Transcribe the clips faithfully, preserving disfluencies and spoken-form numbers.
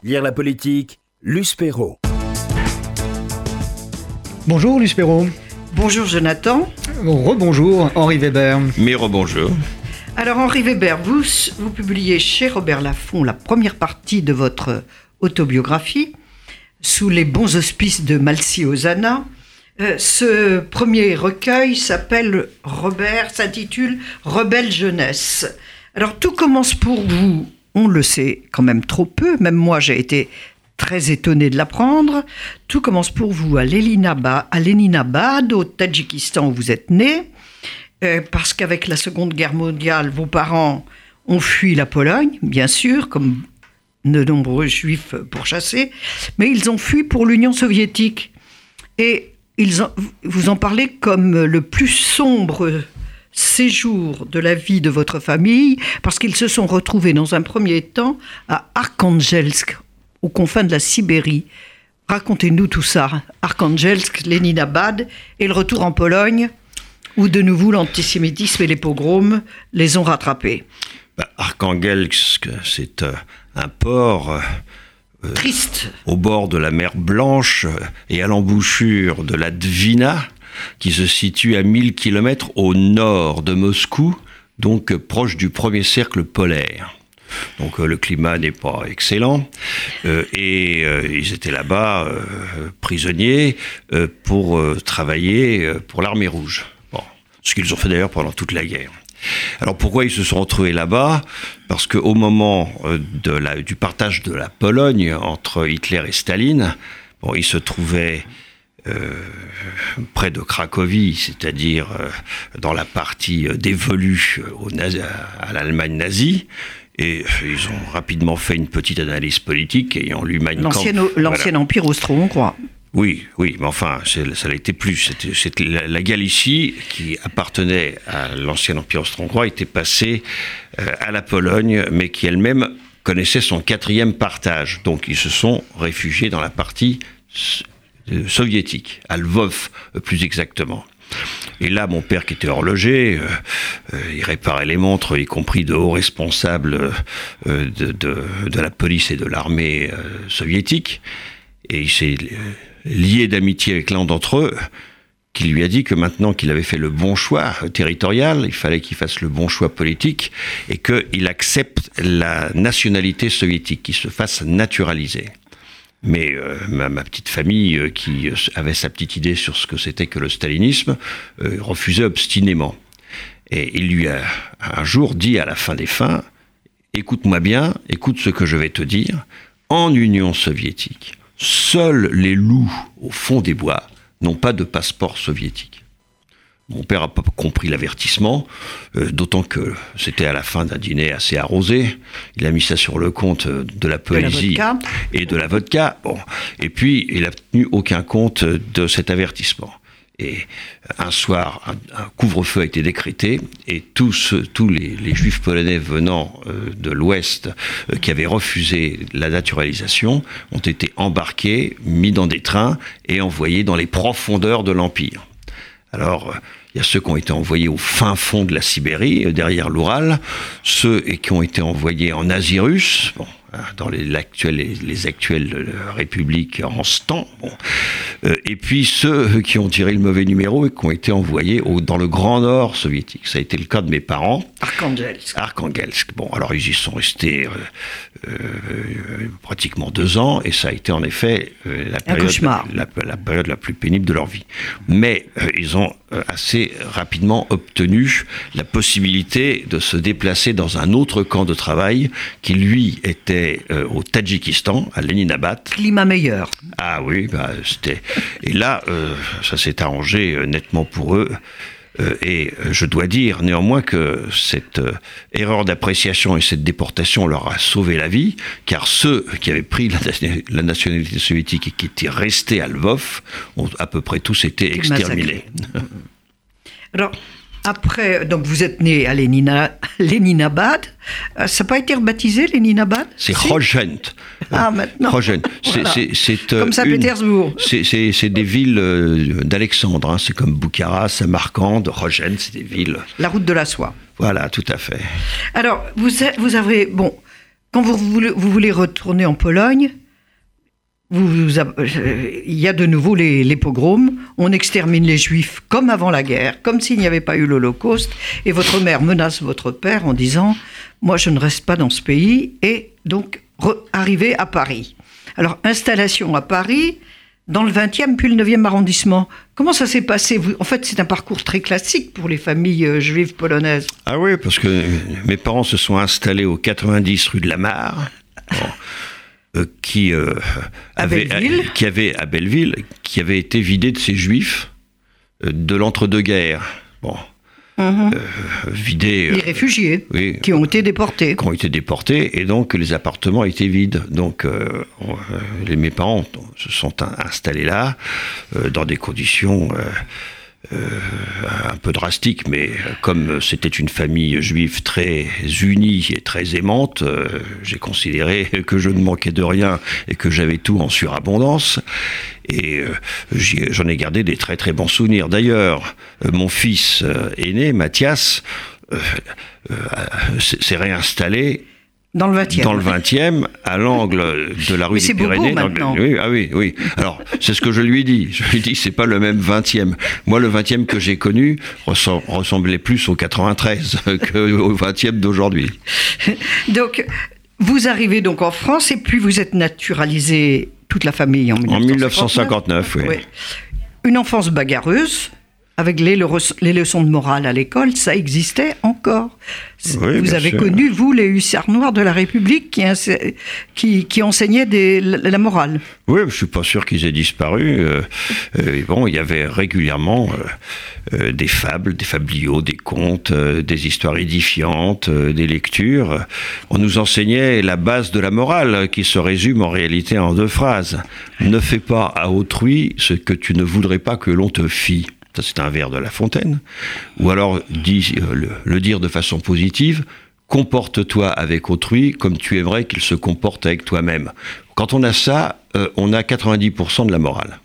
Lire la politique, Luce Perrault. Bonjour Luce Perrault. Bonjour Jonathan. Rebonjour Henri Weber. Mais rebonjour. Alors Henri Weber, vous, vous publiez chez Robert Laffont la première partie de votre autobiographie, sous les bons auspices de Malcy Hosanna. Euh, ce premier recueil s'appelle Robert, s'intitule Rebelle jeunesse. Alors tout commence pour vous, on le sait quand même trop peu, même moi j'ai été très étonné de l'apprendre. Tout commence pour vous à Leninabad, à Leninabad, au Tadjikistan où vous êtes né, euh, parce qu'avec la Seconde Guerre mondiale, vos parents ont fui la Pologne, bien sûr, comme de nombreux juifs pourchassés, mais ils ont fui pour l'Union soviétique. Et ils en, vous en parlez comme le plus sombre séjour de la vie de votre famille, parce qu'ils se sont retrouvés dans un premier temps à Arkhangelsk, aux confins de la Sibérie. Racontez-nous tout ça, Arkhangelsk, Leninabad, et le retour en Pologne, où de nouveau l'antisémitisme et les pogroms les ont rattrapés. Bah, Arkhangelsk, c'est euh, un port euh, triste au bord de la mer Blanche euh, et à l'embouchure de la Dvina, qui se situe à mille kilomètres au nord de Moscou, donc euh, proche du premier cercle polaire. Donc euh, le climat n'est pas excellent euh, et euh, ils étaient là-bas euh, prisonniers euh, pour euh, travailler euh, pour l'armée rouge. Bon, ce qu'ils ont fait d'ailleurs pendant toute la guerre. Alors pourquoi ils se sont retrouvés là-bas ? Parce qu'au moment euh, de la, du partage de la Pologne entre Hitler et Staline, bon, ils se trouvaient Euh, près de Cracovie, c'est-à-dire euh, dans la partie euh, dévolue au nazi, à l'Allemagne nazie, et euh, ils ont rapidement fait une petite analyse politique ayant lu Mein Kampf. L'ancien, l'ancien voilà. Empire austro-hongrois. Oui, oui, mais enfin, c'est, ça l'était plus. C'était, c'était la, la Galicie, qui appartenait à l'ancien Empire austro-hongrois, était passée euh, à la Pologne, mais qui elle-même connaissait son quatrième partage. Donc ils se sont réfugiés dans la partie soviétique, à Lvov plus exactement. Et là, mon père qui était horloger, euh, euh, il réparait les montres, y compris de hauts responsables euh, de, de, de la police et de l'armée euh, soviétique, et il s'est lié d'amitié avec l'un d'entre eux, qui lui a dit que maintenant qu'il avait fait le bon choix territorial, il fallait qu'il fasse le bon choix politique, et qu'il accepte la nationalité soviétique, qu'il se fasse naturaliser. Mais euh, ma, ma petite famille, euh, qui euh, avait sa petite idée sur ce que c'était que le stalinisme, euh, refusait obstinément. Et il lui a un jour dit à la fin des fins, « Écoute-moi bien, écoute ce que je vais te dire. En Union soviétique, seuls les loups au fond des bois n'ont pas de passeport soviétique. » Mon père n'a pas compris l'avertissement, euh, d'autant que c'était à la fin d'un dîner assez arrosé. Il a mis ça sur le compte de la poésie de la et de la vodka. Bon. Et puis, il n'a tenu aucun compte de cet avertissement. Et un soir, un, un couvre-feu a été décrété, et tous, tous les, les juifs polonais venant euh, de l'Ouest euh, qui avaient refusé la naturalisation ont été embarqués, mis dans des trains et envoyés dans les profondeurs de l'Empire. Alors, il y a ceux qui ont été envoyés au fin fond de la Sibérie, derrière l'Oural, ceux qui ont été envoyés en Asie russe, bon, dans les, l'actuel, les, les actuelles républiques en Stan, bon, euh, et puis ceux qui ont tiré le mauvais numéro et qui ont été envoyés au, dans le Grand Nord soviétique. Ça a été le cas de mes parents. Arkhangelsk. Arkhangelsk. Bon, alors ils y sont restés euh, euh, pratiquement deux ans, et ça a été en effet euh, la, période, la, la, la période la plus pénible de leur vie. Mais euh, ils ont euh, assez rapidement obtenu la possibilité de se déplacer dans un autre camp de travail qui, lui, était euh, au Tadjikistan, à Leninabad. Climat meilleur. Ah oui, bah, c'était... Et là, euh, ça s'est arrangé euh, nettement pour eux. Euh, et je dois dire néanmoins que cette euh, erreur d'appréciation et cette déportation leur a sauvé la vie, car ceux qui avaient pris la, la nationalité soviétique et qui étaient restés à Lvov ont à peu près tous été exterminés. Alors, après, donc vous êtes né à Lénina, Leninabad. Ça n'a pas été rebaptisé, Leninabad ? C'est si Rogent. Ah, maintenant. Rogent. C'est, voilà. c'est, c'est, comme Saint-Pétersbourg. C'est, c'est, c'est des villes d'Alexandre. Hein. C'est comme Boukhara, Samarcande, Rogent, c'est des villes. La route de la soie. Voilà, tout à fait. Alors, vous, vous avez, bon, quand vous voulez, vous voulez retourner en Pologne, vous, vous, il y a de nouveau les, les pogroms, on extermine les juifs comme avant la guerre, comme s'il n'y avait pas eu l'Holocauste, et votre mère menace votre père en disant « Moi, je ne reste pas dans ce pays », et donc re- arriver à Paris. Alors, installation à Paris, dans le vingtième puis le neuvième arrondissement. Comment ça s'est passé ? Vous, en fait, c'est un parcours très classique pour les familles euh, juives polonaises. Ah oui, parce que mes parents se sont installés au quatre-vingt-dix rue de la Mare, bon, euh, qui, euh, avait, à Belleville. qui avait à Belleville, qui avait été vidé de ses juifs euh, de l'entre-deux-guerres. Bon. Mm-hmm. Euh, vidés. Les réfugiés oui, qui ont été déportés. Qui ont été déportés, et donc les appartements étaient vides. Donc euh, on, euh, les, mes parents se sont in- installés là, euh, dans des conditions euh, euh, un peu drastiques, mais comme c'était une famille juive très unie et très aimante, euh, j'ai considéré que je ne manquais de rien et que j'avais tout en surabondance. Et euh, j'y, j'en ai gardé des très très bons souvenirs. D'ailleurs, euh, mon fils euh, aîné, Mathias, euh, euh, s'est réinstallé Dans le vingtième. dans le vingtième, à l'angle de la rue Mais des c'est Beaubourg Pyrénées. maintenant. Oui, ah oui, oui. Alors, c'est ce que je lui ai dit. Je lui ai dit, c'est pas le même vingtième. Moi, le vingtième que j'ai connu ressemb- ressemblait plus au quatre-vingt-treize qu'au vingtième d'aujourd'hui. Donc, vous arrivez donc en France et puis vous êtes naturalisé toute la famille en En dix-neuf dix-neuf cent cinquante-neuf, oui. Oui. Une enfance bagarreuse, avec les, le- les leçons de morale à l'école, ça existait encore. C'est- Oui, vous bien avez sûr. connu, vous, les hussards noirs de la République qui, ense- qui, qui enseignaient des, la, la morale. Oui, je suis pas sûr qu'ils aient disparu. Euh, euh, bon, il y avait régulièrement euh, euh, des fables, des fabliaux, des contes, euh, des histoires édifiantes, euh, des lectures. On nous enseignait la base de la morale, qui se résume en réalité en deux phrases. Ne fais pas à autrui ce que tu ne voudrais pas que l'on te fît. Ça, c'est un vers de La Fontaine. Ou alors, dis, euh, le, le dire de façon positive, comporte-toi avec autrui comme tu aimerais qu'il se comporte avec toi-même. Quand on a ça, euh, on a quatre-vingt-dix pour cent de la morale.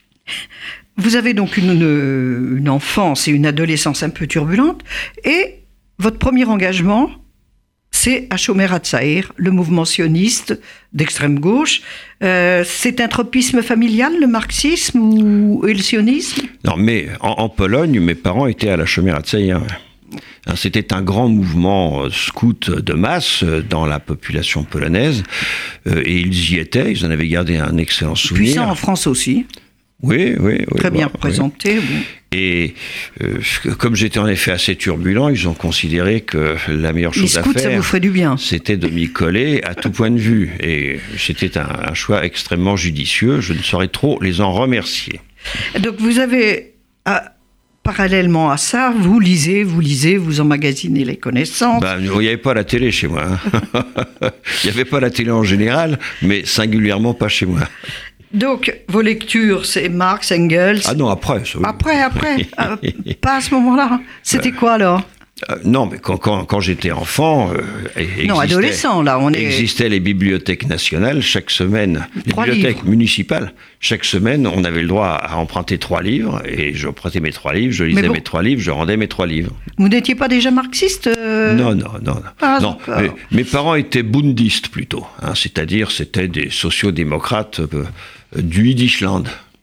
Vous avez donc une, une, une enfance et une adolescence un peu turbulente, et votre premier engagement, c'est à Shomer HaTzaïr, le mouvement sioniste d'extrême gauche. Euh, c'est un tropisme familial, le marxisme ou et le sionisme ? Non, mais en, en Pologne, mes parents étaient à la Shomer HaTzaïr. Hein, C'était un grand mouvement euh, scout de masse euh, dans la population polonaise, euh, et ils y étaient. Ils en avaient gardé un excellent souvenir. Puissant en France aussi, Oui, oui, oui. très bien bah, oui. représenté. Oui. Et euh, comme j'étais en effet assez turbulent, ils ont considéré que la meilleure Les chose à scouts, ça faire, vous ferait du bien. c'était de m'y coller à tout point de vue. Et c'était un, un choix extrêmement judicieux. Je ne saurais trop les en remercier. Donc vous avez, à- parallèlement à ça, vous lisez, vous lisez, vous emmagasinez les connaissances. Bah, il n'y avait pas la télé chez moi. hein. Il n'y avait pas la télé en général, mais singulièrement pas chez moi. Donc vos lectures, c'est Marx, Engels. Ah non, après. Ça, oui. Après, après, euh, pas à ce moment-là. C'était quoi alors ? Euh, non, mais quand, quand, quand j'étais enfant, euh, existait, Non, adolescent, là, on est- existaient les bibliothèques nationales chaque semaine, les Trois bibliothèques livres. municipales. Chaque semaine, on avait le droit à emprunter trois livres, et j'empruntais mes trois livres, je lisais bon- mes trois livres, je rendais mes trois livres. Vous n'étiez pas déjà marxiste euh Non, non, non. non. Ah, non. d'accord. Mais, mes parents étaient bundistes plutôt, hein, c'est-à-dire c'était des sociodémocrates euh, du Yiddishland.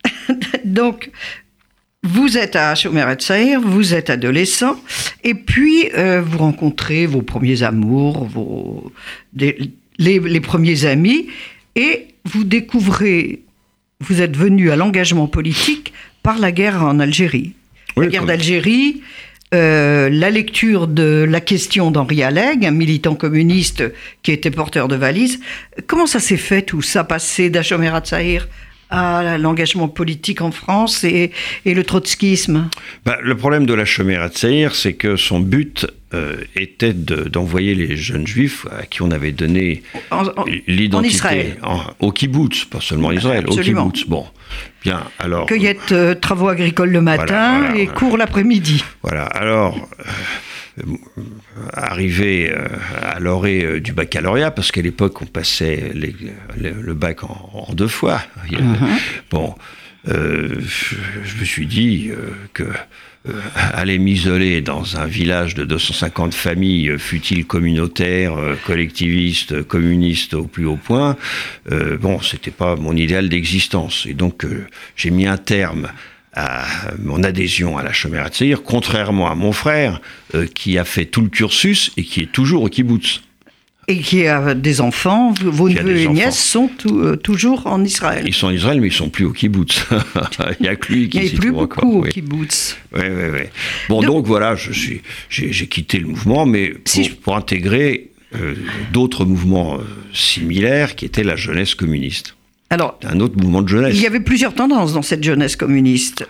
Donc, vous êtes à Shomer HaTzaïr, vous êtes adolescent, et puis euh, vous rencontrez vos premiers amours, vos, des- les, les premiers amis, et vous découvrez, vous êtes venu à l'engagement politique par la guerre en Algérie. Oui, la guerre comme- d'Algérie, euh, la lecture de La question d'Henri Alleg, un militant communiste qui était porteur de valises. Comment ça s'est fait tout ça, passer d'Shomer HaTzaïr à l'engagement politique en France et, et le trotskisme? Bah, le problème de la Shomer HaTzaïr, c'est que son but euh, était de- d'envoyer les jeunes juifs à qui on avait donné En- en- l'identité en Israël. en- au kibbutz, pas seulement en Israël, Absolument. au kibbutz. Bon, bien, alors... Cueillette, euh, travaux agricoles le matin Voilà, voilà, et voilà. cours l'après-midi. Voilà, alors, euh, euh, arrivé euh, à l'orée euh, du baccalauréat, parce qu'à l'époque, on passait les- les- le bac en, en deux fois. Il y avait- Mhm. Bon, euh, je me suis dit euh, que euh, aller m'isoler dans un village de deux cent cinquante familles, fut-il communautaire, euh, collectiviste, communiste au plus haut point, euh, bon, c'était pas mon idéal d'existence. Et donc, euh, j'ai mis un terme à mon adhésion à la Shomer Hatzair, contrairement à mon frère, euh, qui a fait tout le cursus et qui est toujours au kibbutz. Et qui a des enfants, vos neveux et nièces sont tout, euh, toujours en Israël. Ils sont en Israël, mais ils ne sont plus au kibbutz. Il n'y a que lui qui s'y trouve encore. Il n'y a plus beaucoup oui. au kibbutz. Oui, oui, oui. Bon, donc, donc voilà, je suis, j'ai, j'ai quitté le mouvement, mais pour, si je... pour intégrer euh, d'autres mouvements euh, similaires qui étaient la jeunesse communiste. Alors, un autre mouvement de jeunesse. Il y avait plusieurs tendances dans cette jeunesse communiste.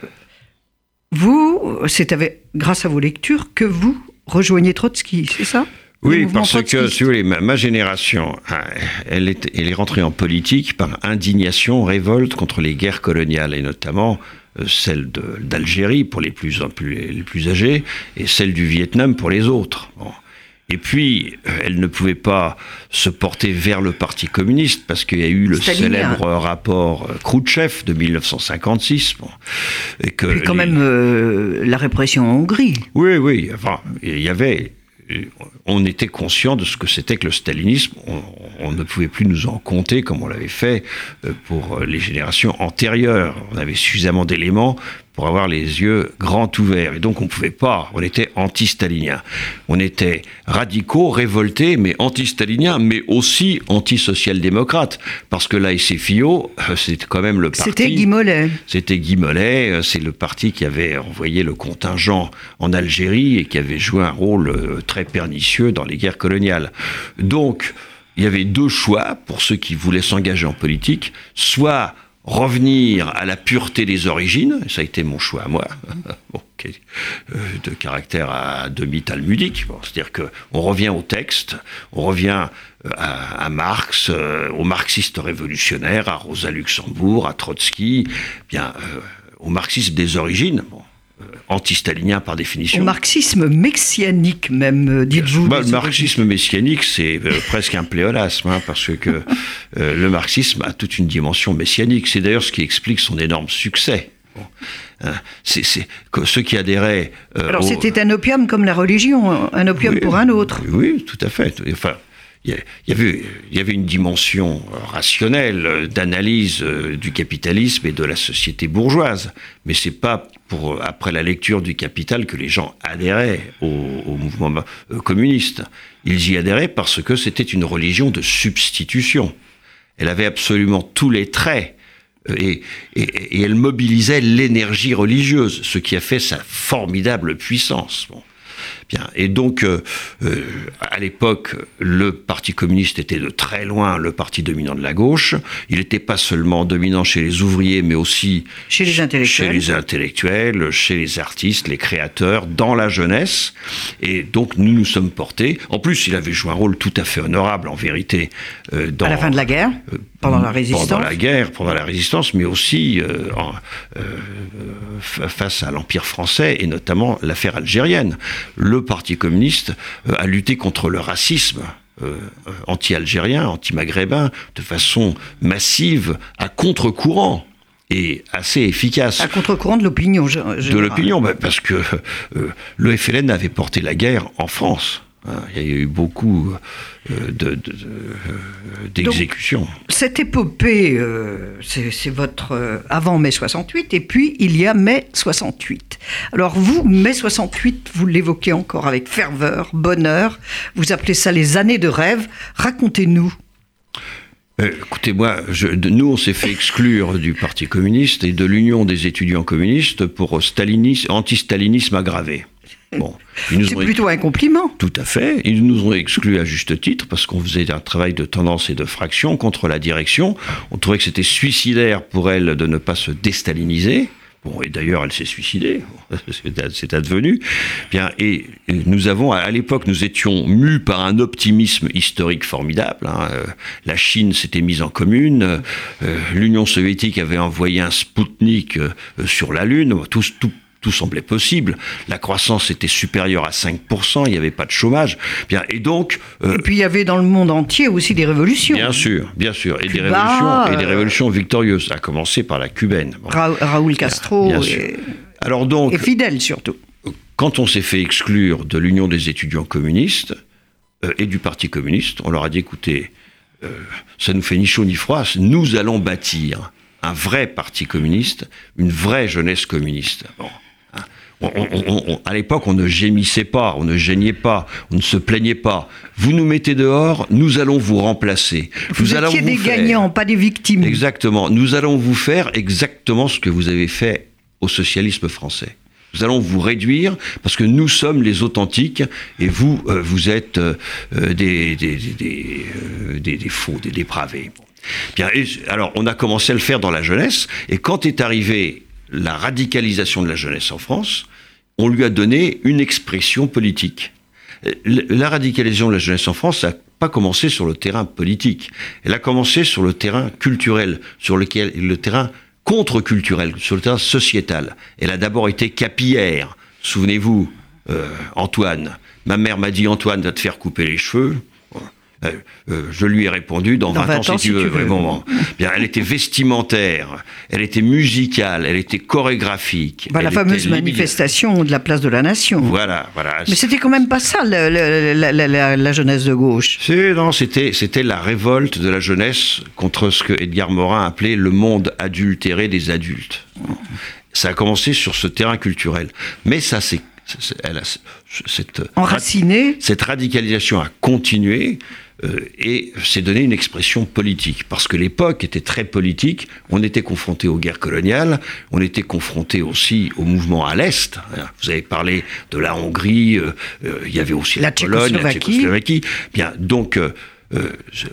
Vous, c'est avec, grâce à vos lectures que vous rejoignez Trotsky, c'est ça ? Oui, parce que, si vous voulez, ma, ma génération, elle est, elle est rentrée en politique par indignation, révolte contre les guerres coloniales, et notamment euh, celle de, d'Algérie pour les plus, plus, les plus âgés, et celle du Vietnam pour les autres. Bon. Et puis, elle ne pouvait pas se porter vers le Parti communiste, parce qu'il y a eu le Stalinien. Célèbre rapport Khrouchtchev de dix-neuf cent cinquante-six. Bon, et que puis quand les... même euh, la répression en Hongrie. Oui, oui, enfin, il y avait... On était conscient de ce que c'était que le stalinisme. On, on ne pouvait plus nous en compter comme on l'avait fait pour les générations antérieures. On avait suffisamment d'éléments pour avoir les yeux grands ouverts. Et donc on ne pouvait pas, on était anti-staliniens. On était radicaux, révoltés, mais anti-staliniens, mais aussi anti-social-démocrates. Parce que l'A S F I O, c'était quand même le parti... C'était Guy Mollet. C'était Guy Mollet, c'est le parti qui avait envoyé le contingent en Algérie et qui avait joué un rôle très pernicieux dans les guerres coloniales. Donc, il y avait deux choix pour ceux qui voulaient s'engager en politique, soit revenir à la pureté des origines, ça a été mon choix à moi, bon, okay, euh, de caractère à demi talmudique, bon, c'est-à-dire qu'on revient au texte, on revient à, à Marx, euh, aux marxistes révolutionnaires, à Rosa Luxembourg, à Trotsky, bien, euh, au marxisme des origines, bon, anti-stalinien par définition. Au marxisme messianique même, dites-vous. Bah, le marxisme messianique, c'est euh, presque un pléonasme, hein, parce que euh, le marxisme a toute une dimension messianique. C'est d'ailleurs ce qui explique son énorme succès. Bon, hein, c'est, c'est que ceux qui adhéraient... Euh, Alors au... c'était un opium comme la religion, un opium oui, pour un autre. Oui, tout à fait. Enfin, il y avait, il y avait une dimension rationnelle d'analyse du capitalisme et de la société bourgeoise. Mais c'est pas pour, après la lecture du Capital que les gens adhéraient au, au mouvement communiste. Ils y adhéraient parce que c'était une religion de substitution. Elle avait absolument tous les traits et, et, et elle mobilisait l'énergie religieuse, ce qui a fait sa formidable puissance. Bon. Bien. Et donc, euh, euh, à l'époque, le Parti communiste était de très loin le parti dominant de la gauche. Il n'était pas seulement dominant chez les ouvriers, mais aussi chez les intellectuels, chez les, intellectuels, chez les artistes, les créateurs, dans la jeunesse. Et donc, nous nous sommes portés. En plus, il avait joué un rôle tout à fait honorable, en vérité. Euh, dans, à la fin de la guerre, euh, pendant la résistance. Pendant la guerre, pendant la résistance, mais aussi euh, en, euh, face à l'Empire français, et notamment l'affaire algérienne. Le Parti communiste euh, a lutté contre le racisme euh, anti-algérien, anti-maghrébin, de façon massive, à contre-courant et assez efficace. À contre-courant de l'opinion générale. De l'opinion, bah, parce que euh, le F L N avait porté la guerre en France. Il y a eu beaucoup euh, de, de, de, d'exécutions. Donc, cette épopée, euh, c'est, c'est votre euh, avant mai soixante-huit, et puis il y a mai soixante-huit. Alors vous, mai soixante-huit, vous l'évoquez encore avec ferveur, bonheur, vous appelez ça les années de rêve. Racontez-nous. Euh, écoutez-moi, je, de, nous on s'est fait exclure du Parti communiste et de l'Union des étudiants communistes pour stalinisme, anti-stalinisme aggravé. Bon, c'est plutôt ex... un compliment. Tout à fait. Ils nous ont exclus à juste titre parce qu'on faisait un travail de tendance et de fraction contre la direction. On trouvait que c'était suicidaire pour elle de ne pas se déstaliniser. Bon, et d'ailleurs, elle s'est suicidée. C'est advenu. Bien, et nous avons, à l'époque, nous étions mus par un optimisme historique formidable. Hein. La Chine s'était mise en commune. Euh, L'Union soviétique avait envoyé un Spoutnik euh, sur la Lune. Tout, tout tout semblait possible. La croissance était supérieure à cinq pour cent, il n'y avait pas de chômage. Bien, et donc... Euh, et puis il y avait dans le monde entier aussi des révolutions. Bien sûr, bien sûr. Et, Cuba, des, révolutions, et des euh, révolutions victorieuses, à commencer par la cubaine. Bon. Ra- Raoul Castro bien, bien et, sûr. Alors donc, et Fidel surtout. Quand on s'est fait exclure de l'Union des étudiants communistes euh, et du Parti communiste, on leur a dit, écoutez, euh, ça nous fait ni chaud ni froid, nous allons bâtir un vrai parti communiste, une vraie jeunesse communiste. Bon. On, on, on, à l'époque, on ne gémissait pas, on ne geignait pas, on ne se plaignait pas. Vous nous mettez dehors, nous allons vous remplacer. Vous nous étiez allons des vous gagnants, faire... pas des victimes. Exactement. Nous allons vous faire exactement ce que vous avez fait au socialisme français. Nous allons vous réduire parce que nous sommes les authentiques et vous, euh, vous êtes euh, des, des, des, euh, des, des faux, des dépravés. Bien, et, alors, on a commencé à le faire dans la jeunesse et quand est arrivée la radicalisation de la jeunesse en France, on lui a donné une expression politique. La radicalisation de la jeunesse en France n'a pas commencé sur le terrain politique. Elle a commencé sur le terrain culturel, sur lequel, le terrain contre-culturel, sur le terrain sociétal. Elle a d'abord été capillaire. Souvenez-vous, euh, Antoine. Ma mère m'a dit, Antoine va te faire couper les cheveux. Euh, euh, je lui ai répondu dans, dans vingt ans, si, si tu veux. veux. Bon, bon. Bien, elle était vestimentaire, elle était musicale, elle était chorégraphique. Bah, la fameuse manifestation de la place de la Nation. Voilà, voilà. Mais c'était quand même pas ça, le, le, la, la, la, la jeunesse de gauche. C'est, non, c'était, c'était la révolte de la jeunesse contre ce que Edgar Morin appelait le monde adultéré des adultes. Ça a commencé sur ce terrain culturel. Mais ça, c'est Elle a, cette, enracinée. Cette radicalisation a continué euh, et s'est donné une expression politique. Parce que l'époque était très politique. On était confronté aux guerres coloniales. On était confronté aussi au mouvement à l'Est. Vous avez parlé de la Hongrie. Euh, euh, il y avait aussi la, la Pologne, la Tchécoslovaquie. Bien, donc, euh, euh,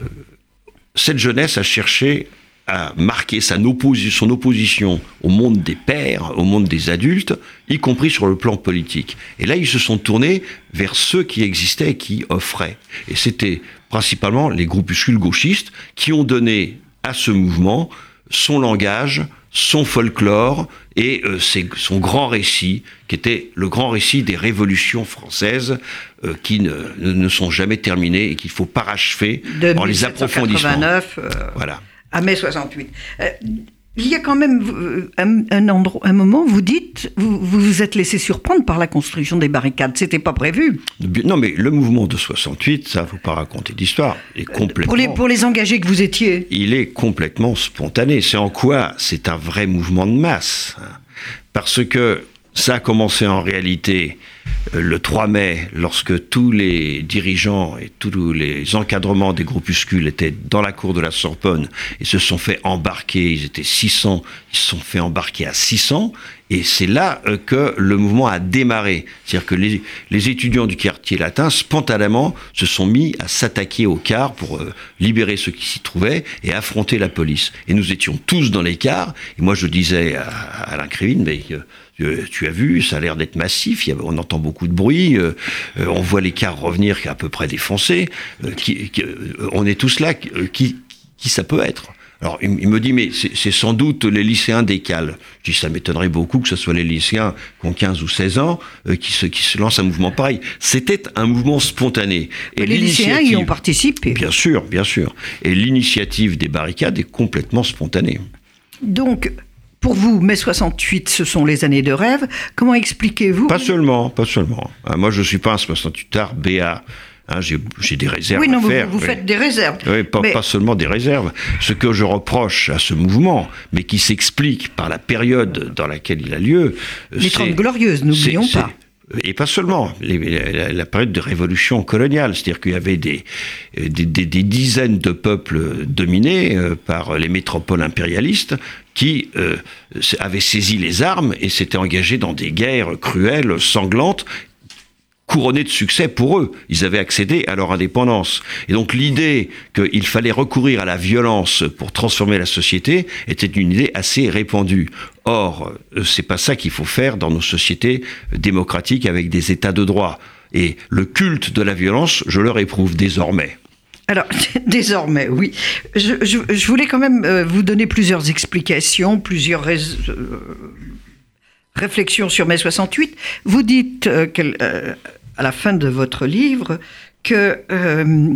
cette jeunesse a cherché à marquer sa opposi- son opposition au monde des pères, au monde des adultes, y compris sur le plan politique. Et là, ils se sont tournés vers ceux qui existaient et qui offraient. Et c'était principalement les groupuscules gauchistes qui ont donné à ce mouvement son langage, son folklore et euh, ses, son grand récit, qui était le grand récit des révolutions françaises euh, qui ne, ne sont jamais terminées et qu'il faut parachever en les approfondissant. Euh... Voilà. À mai soixante-huit. Euh, il y a quand même euh, un, un, endroit, un moment, vous dites, vous, vous vous êtes laissé surprendre par la construction des barricades. C'était pas prévu. Non, mais le mouvement de soixante-huit, ça, faut pas raconter d'histoire. Est complètement. Pour les, pour les engagés que vous étiez. Il est complètement spontané. C'est en quoi c'est un vrai mouvement de masse. Parce que ça a commencé en réalité le trois mai, lorsque tous les dirigeants et tous les encadrements des groupuscules étaient dans la cour de la Sorbonne et se sont fait embarquer, ils étaient six cents, ils se sont fait embarquer à six cents, et c'est là que le mouvement a démarré. C'est-à-dire que les, les étudiants du quartier latin, spontanément, se sont mis à s'attaquer aux cars pour euh, libérer ceux qui s'y trouvaient et affronter la police. Et nous étions tous dans les cars, et moi je disais à, à Alain Crévin, mais... Euh, tu as vu, ça a l'air d'être massif, il y a, on entend beaucoup de bruit, euh, euh, on voit les cars revenir à peu près défoncés, euh, qui, qui, euh, on est tous là, euh, qui, qui ça peut être ? Alors il, il me dit, mais c'est, c'est sans doute les lycéens d'École. Je dis, ça m'étonnerait beaucoup que ce soit les lycéens qui ont quinze ou seize ans euh, qui, se, qui se lancent un mouvement pareil. C'était un mouvement spontané. Et les lycéens y ont participé. Bien sûr, bien sûr. Et l'initiative des barricades est complètement spontanée. Donc... Pour vous, mai soixante-huit, ce sont les années de rêve. Comment expliquez-vous ? Pas seulement, pas seulement. Moi, je ne suis pas un soixante-huitard B A. Hein, j'ai, j'ai des réserves oui, non, à faire. Vous, vous oui. faites des réserves. Oui, pas, mais... pas seulement des réserves. Ce que je reproche à ce mouvement, mais qui s'explique par la période dans laquelle il a lieu... Les Trente Glorieuses, n'oublions c'est, pas. Et pas seulement, les, la, la période de révolution coloniale, c'est-à-dire qu'il y avait des, des, des, des dizaines de peuples dominés euh, par les métropoles impérialistes qui euh, avaient saisi les armes et s'étaient engagés dans des guerres cruelles, sanglantes, couronnées de succès pour eux. Ils avaient accédé à leur indépendance. Et donc l'idée qu'il fallait recourir à la violence pour transformer la société était une idée assez répandue. Or, c'est pas ça qu'il faut faire dans nos sociétés démocratiques avec des états de droit. Et le culte de la violence, je le réprouve désormais. Alors, désormais, oui. Je, je, je voulais quand même euh, vous donner plusieurs explications, plusieurs rais- euh, Réflexion sur mai soixante-huit. Vous dites euh, que, euh, à la fin de votre livre que euh,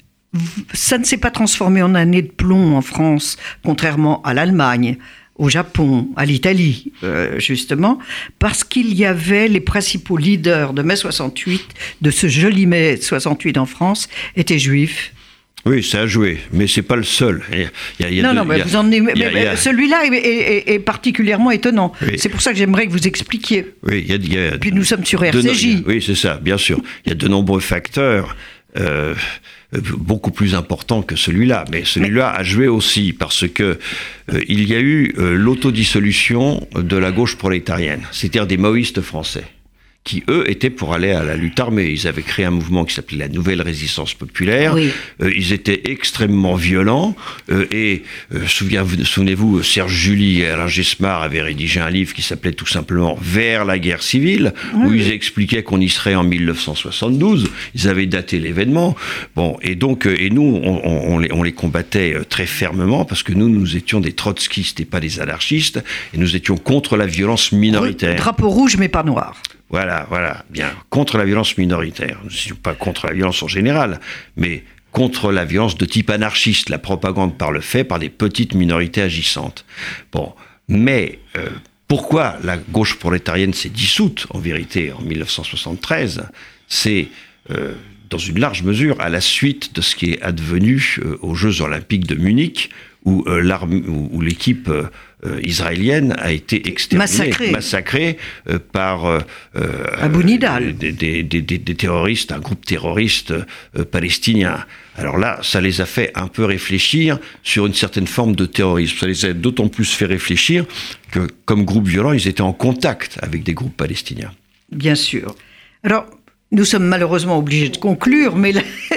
ça ne s'est pas transformé en année de plomb en France, contrairement à l'Allemagne, au Japon, à l'Italie, euh, justement, parce qu'il y avait les principaux leaders de mai soixante-huit, de ce joli mai soixante-huit en France, étaient juifs. Oui, ça a joué, mais c'est pas le seul. Il y a, il y a non, deux, non, mais il y a, vous en avez, mais, il y a, il y a, celui-là est, est, est particulièrement étonnant. Oui. C'est pour ça que j'aimerais que vous expliquiez. Oui, il y a, il y a Puis nous sommes sur R C J. De, oui, c'est ça, bien sûr. Il y a de nombreux facteurs euh, beaucoup plus importants que celui-là, mais celui-là mais... a joué aussi parce que euh, il y a eu euh, l'autodissolution de la gauche prolétarienne, c'est-à-dire des maoïstes français, qui, eux, étaient pour aller à la lutte armée. Ils avaient créé un mouvement qui s'appelait la Nouvelle Résistance Populaire. Oui. Euh, ils étaient extrêmement violents. Euh, et euh, souvenez-vous, Serge July et Alain Gesmar avaient rédigé un livre qui s'appelait tout simplement « Vers la guerre civile oui. », où ils expliquaient qu'on y serait en mille neuf cent soixante-douze. Ils avaient daté l'événement. Bon, et donc, euh, et nous, on, on, on, les, on les combattait très fermement parce que nous, nous étions des trotskistes et pas des anarchistes. Et nous étions contre la violence minoritaire. Drapeau rouge, mais pas noir. Voilà, voilà, bien, contre la violence minoritaire. Nous ne sommes pas contre la violence en général, mais contre la violence de type anarchiste, la propagande par le fait, par des petites minorités agissantes. Bon, mais euh, pourquoi la gauche prolétarienne s'est dissoute, en vérité, en mille neuf cent soixante-treize? C'est, euh, dans une large mesure, à la suite de ce qui est advenu euh, aux Jeux Olympiques de Munich, où, euh, l'arme, où, où l'équipe euh, israélienne a été exterminée, massacrée, massacrée euh, par euh, Abu Nidal. Des, des, des, des terroristes, un groupe terroriste euh, palestinien. Alors là, ça les a fait un peu réfléchir sur une certaine forme de terrorisme. Ça les a d'autant plus fait réfléchir que, comme groupe violent, ils étaient en contact avec des groupes palestiniens. Bien sûr. Alors, nous sommes malheureusement obligés de conclure, mais là,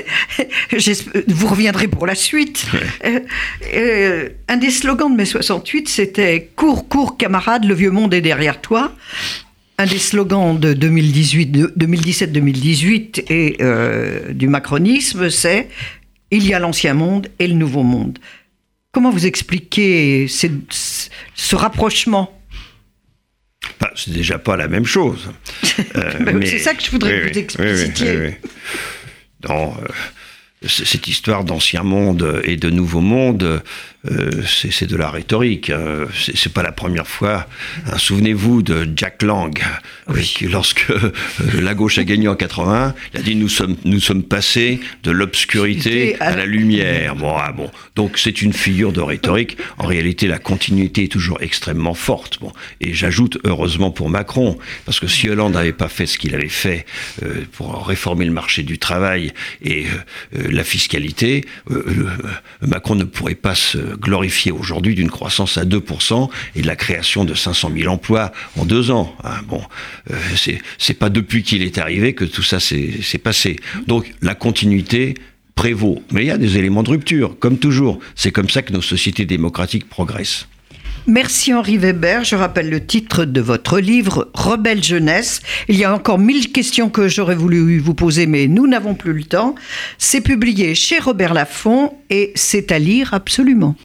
vous reviendrez pour la suite. Ouais. Euh, euh, un des slogans de mai soixante-huit, c'était « Cours, cours, camarade, le vieux monde est derrière toi ». Un des slogans de deux mille dix-huit, deux mille dix-sept deux mille dix-huit et euh, du macronisme, c'est « Il y a l'ancien monde et le nouveau monde ». Comment vous expliquez ces, ce rapprochement ? Bah, c'est déjà pas la même chose. Euh, mais c'est ça que je voudrais oui, que vous explicitiez. Oui, oui, oui, oui. Dans, euh, cette histoire d'ancien monde et de nouveau monde, euh, c'est, c'est de la rhétorique. Hein. C'est, c'est pas la première fois. Hein. Souvenez-vous de Jack Lang, oui. qui, lorsque euh, la gauche a gagné en quatre-vingt-un, il a dit nous sommes nous sommes passés de l'obscurité à la lumière. Bon, ah, bon. Donc c'est une figure de rhétorique. En réalité, la continuité est toujours extrêmement forte. Bon, et j'ajoute heureusement pour Macron, parce que si Hollande n'avait pas fait ce qu'il avait fait euh, pour réformer le marché du travail et euh, la fiscalité, euh, euh, Macron ne pourrait pas se glorifier aujourd'hui d'une croissance à deux pour cent et de la création de cinq cent mille emplois en deux ans. Hein, bon, euh, c'est, c'est pas depuis qu'il est arrivé que tout ça s'est, s'est passé. Donc la continuité prévaut. Mais il y a des éléments de rupture, comme toujours. C'est comme ça que nos sociétés démocratiques progressent. Merci Henri Weber. Je rappelle le titre de votre livre, Rebelle jeunesse. Il y a encore mille questions que j'aurais voulu vous poser, mais nous n'avons plus le temps. C'est publié chez Robert Laffont et c'est à lire absolument.